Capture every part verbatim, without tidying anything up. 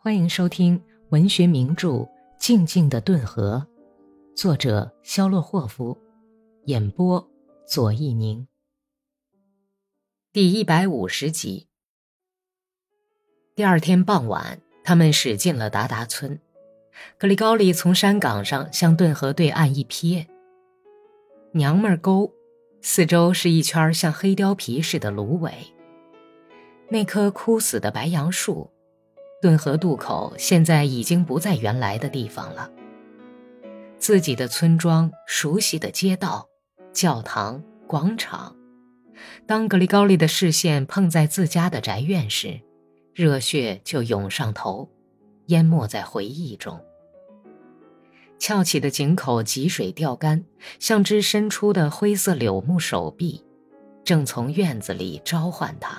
欢迎收听文学名著《静静的顿河》，作者肖洛霍夫，演播左一宁。第一百五十集。第二天傍晚，他们驶进了达达村。格里高利从山岗上向顿河对岸一瞥，娘们儿沟，四周是一圈像黑貂皮似的芦苇。那棵枯死的白杨树，顿河渡口现在已经不在原来的地方了。自己的村庄，熟悉的街道，教堂，广场。当格里高利的视线碰在自家的宅院时，热血就涌上头，淹没在回忆中。翘起的井口积水钓竿，像只伸出的灰色柳木手臂，正从院子里召唤他。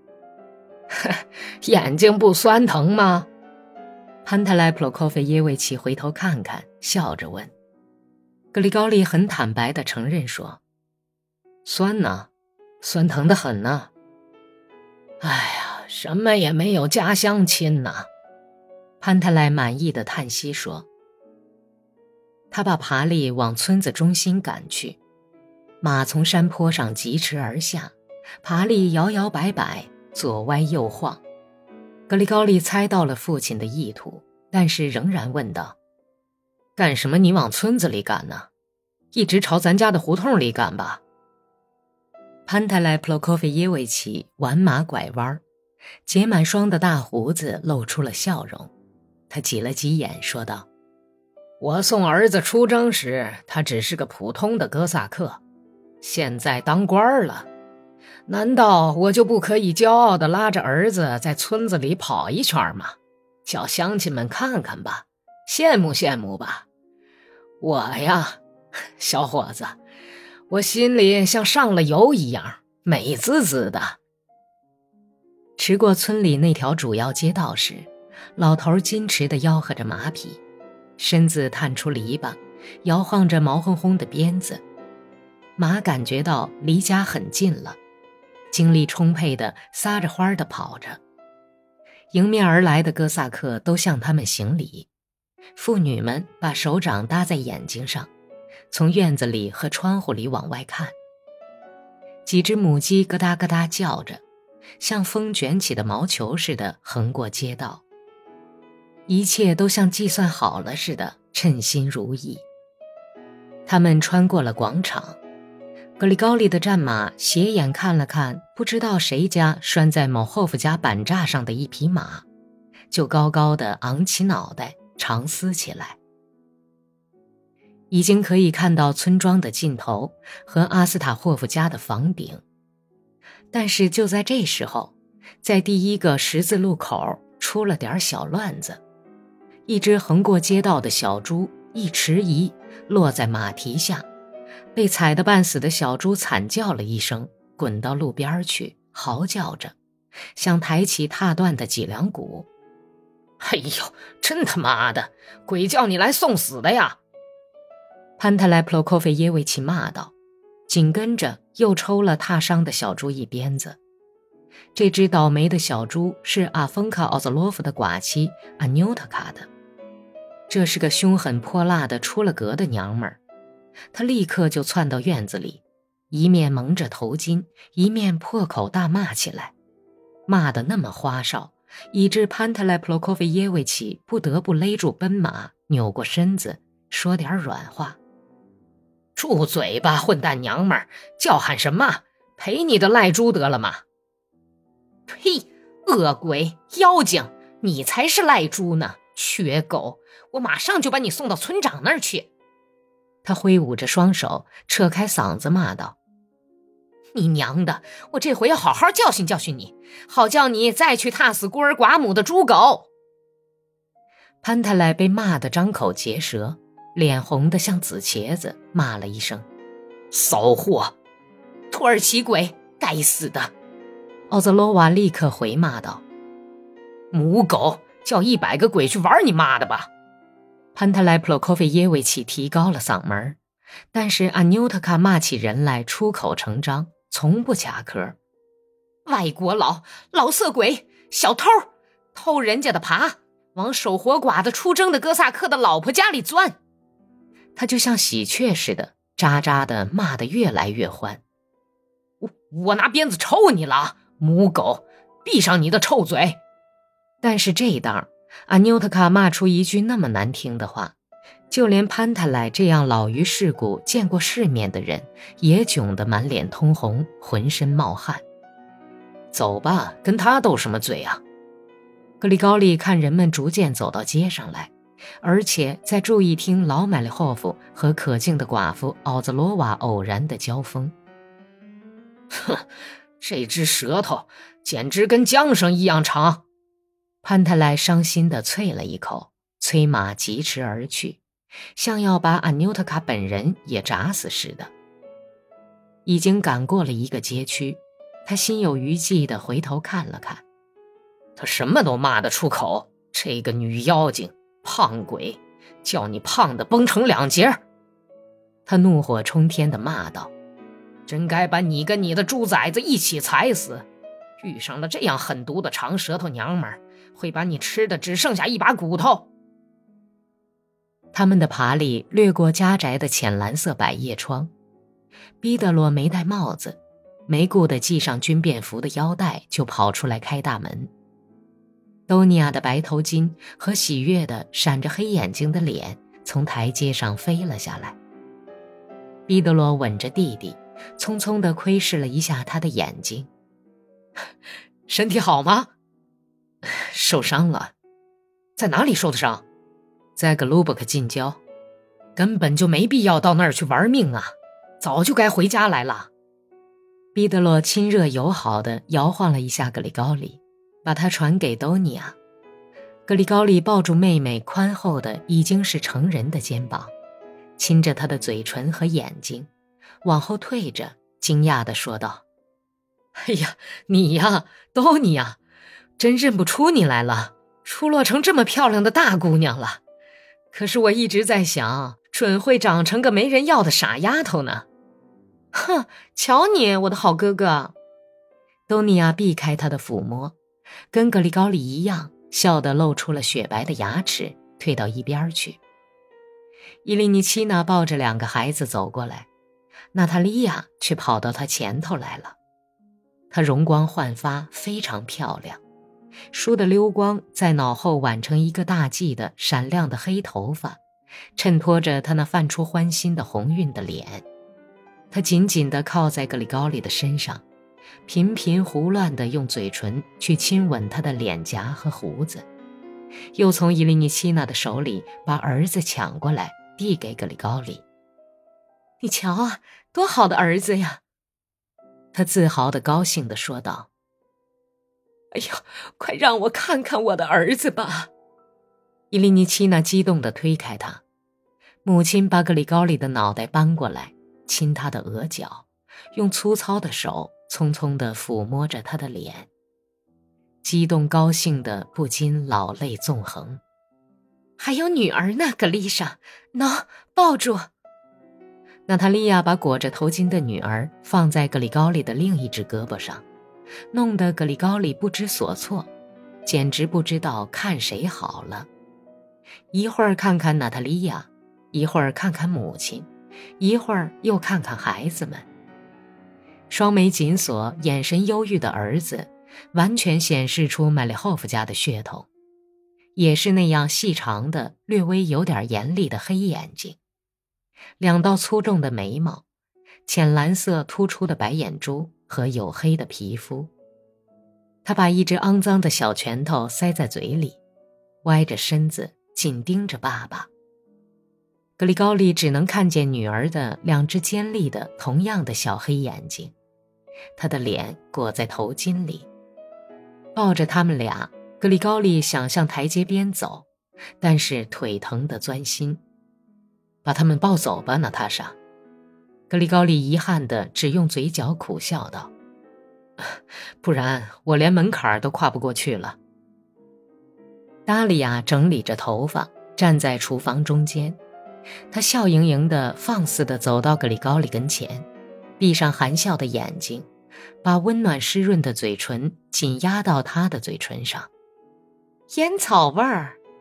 眼睛不酸疼吗？ 潘特莱普洛科菲耶维奇回头看看，笑着问。格里高利很坦白地承认说： 酸呢，酸疼得很呢。哎呀，什么也没有家乡亲呢。 潘特莱满意地叹息说。他把爬犁往村子中心赶去，马从山坡上疾驰而下，爬犁摇摇摆摆，左歪右晃。格里高利猜到了父亲的意图，但是仍然问道： 干什么你往村子里赶呢？一直朝咱家的胡同里赶吧。 潘特莱普洛科菲耶维奇挽马拐弯，结满霜的大胡子露出了笑容。他挤了挤眼说道： 我送儿子出征时，他只是个普通的哥萨克，现在当官了，难道我就不可以骄傲地拉着儿子在村子里跑一圈吗？叫乡亲们看看吧，羡慕羡慕吧。我呀，小伙子，我心里像上了油一样，美滋滋的。 驰过村里那条主要街道时，老头矜持地吆喝着马匹，身子探出篱笆，摇晃着毛烘烘的鞭子。马感觉到离家很近了，精力充沛地撒着欢地跑着。迎面而来的哥萨克都向他们行礼，妇女们把手掌搭在眼睛上，从院子里和窗户里往外看。几只母鸡咯哒咯哒叫着，像风卷起的毛球似的横过街道。一切都像计算好了似的，称心如意。他们穿过了广场，格里高利的战马斜眼看了看不知道谁家拴在某后夫家板栅上的一匹马，就高高地昂起脑袋长嘶起来。已经可以看到村庄的尽头和阿斯塔霍夫家的房顶。但是就在这时候，在第一个十字路口出了点小乱子。一只横过街道的小猪一迟疑，落在马蹄下，被踩得半死的小猪惨叫了一声，滚到路边去，嚎叫着，像抬起踏断的脊梁骨。 哎呦，真他妈的，鬼叫你来送死的呀！ 潘特莱普洛科菲耶维奇骂道，紧跟着又抽了踏伤的小猪一鞭子。这只倒霉的小猪是阿芬卡奥泽洛夫的寡妻阿纽特卡的。这是个凶狠泼辣的出了格的娘们儿，她立刻就窜到院子里，一面蒙着头巾，一面破口大骂起来，骂得那么花哨，以致潘特莱普洛科菲耶维奇不得不勒住奔马，扭过身子，说点软话。 住嘴吧，混蛋娘们儿，叫喊什么？赔你的赖猪得了吗？呸！恶鬼妖精，你才是赖猪呢，缺狗！我马上就把你送到村长那儿去。 他挥舞着双手，扯开嗓子骂道： 你娘的，我这回要好好教训教训你，好叫你再去踏死孤儿寡母的猪狗。 潘特莱被骂得张口结舌，脸红得像紫茄子，骂了一声： 骚货，土耳其鬼，该死的！ 奥泽洛瓦立刻回骂道： 母狗，叫一百个鬼去玩你妈的吧！ 潘特莱普洛科菲耶维奇提高了嗓门，但是阿纽特卡骂起人来出口成章，从不卡壳。 外国佬，老色鬼，小偷，偷人家的爬， 往守活寡的出征的哥萨克的老婆家里钻。 他就像喜鹊似的，喳喳的骂得越来越欢。 我我拿鞭子抽你了，母狗，闭上你的臭嘴！ 但是这当，阿纽特卡骂出一句那么难听的话，就连潘塔莱这样老于世故、见过世面的人，也窘得满脸通红，浑身冒汗。 走吧，跟他斗什么嘴啊？ 格里高利看人们逐渐走到街上来，而且在注意听老买利霍夫和可敬的寡妇奥兹罗娃偶然的交锋。 哼，这只舌头简直跟缰绳一样长。 潘塔莱伤心地啐了一口，催马疾驰而去，像要把阿纽特卡本人也铡死似的。已经赶过了一个街区，他心有余悸地回头看了看。 他什么都骂得出口，这个女妖精，胖鬼，叫你胖得崩成两截。 他怒火冲天地骂道， 真该把你跟你的猪崽子一起踩死，遇上了这样狠毒的长舌头娘们儿，会把你吃的只剩下一把骨头。 他们的爬犁掠过家宅的浅蓝色百叶窗，毕德罗没戴帽子，没顾得系上军便服的腰带，就跑出来开大门。多尼亚的白头巾和喜悦的闪着黑眼睛的脸从台阶上飞了下来。毕德罗吻着弟弟，匆匆地窥视了一下他的眼睛。 身体好吗？ 受伤了。 在哪里受的伤？ 在格鲁伯克近郊。 根本就没必要到那儿去玩命啊，早就该回家来了。 毕德罗亲热友好地摇晃了一下格里高里，把他传给多尼亚。格里高里抱住妹妹宽厚的已经是成人的肩膀，亲着她的嘴唇和眼睛，往后退着，惊讶地说道， 哎呀，你呀，多尼亚，真认不出你来了，出落成这么漂亮的大姑娘了。可是我一直在想，准会长成个没人要的傻丫头呢。 哼，瞧你，我的好哥哥。多尼亚避开他的抚摸，跟格里高里一样，笑得露出了雪白的牙齿，退到一边去。伊利尼奇娜抱着两个孩子走过来，娜塔莉亚却跑到他前头来了。她容光焕发，非常漂亮，梳的溜光在脑后挽成一个大髻的闪亮的黑头发，衬托着她那泛出欢欣的红晕的脸。她紧紧地靠在格里高里的身上，频频胡乱地用嘴唇去亲吻他的脸颊和胡子，又从伊利尼奇娜的手里把儿子抢过来递给格里高里。你瞧啊，多好的儿子呀！他自豪地高兴地说道。 哎呀，快让我看看我的儿子吧！ 伊利尼奇娜激动地推开他，母亲把格里高里的脑袋搬过来，亲他的额角，用粗糙的手匆匆地抚摸着他的脸，激动高兴的不禁老泪纵横。还有女儿呢，格丽莎，喏，抱住。娜塔莉亚把裹着头巾的女儿放在格里高里的另一只胳膊上，弄得格里高里不知所措，简直不知道看谁好了。一会儿看看娜塔莉亚，一会儿看看母亲，一会儿又看看孩子们。双眉紧锁、眼神忧郁的儿子，完全显示出麦列霍夫家的血统，也是那样细长的、略微有点严厉的黑眼睛，两道粗重的眉毛，浅蓝色突出的白眼珠和黝黑的皮肤。他把一只肮脏的小拳头塞在嘴里，歪着身子紧盯着爸爸。格里高利只能看见女儿的两只尖利的同样的小黑眼睛，她的脸裹在头巾里。抱着他们俩，格里高利想向台阶边走，但是腿疼得钻心。把他们抱走吧，娜塔莎。格里高利遗憾地只用嘴角苦笑道，不然我连门槛都跨不过去了。达利亚整理着头发，站在厨房中间，她笑盈盈地放肆地走到格里高利跟前，闭上含笑的眼睛，把温暖湿润的嘴唇紧压到他的嘴唇上。烟草味儿，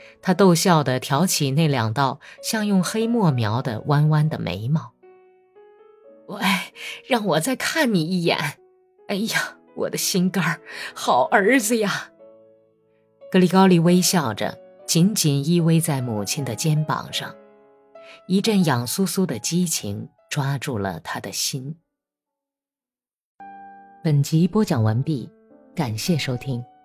他逗笑地挑起那两道像用黑墨描的弯弯的眉毛。 喂，让我再看你一眼。哎呀，我的心肝，好儿子呀！ 格里高利微笑着，紧紧依偎在母亲的肩膀上，一阵痒酥酥的激情抓住了他的心。本集播讲完毕，感谢收听。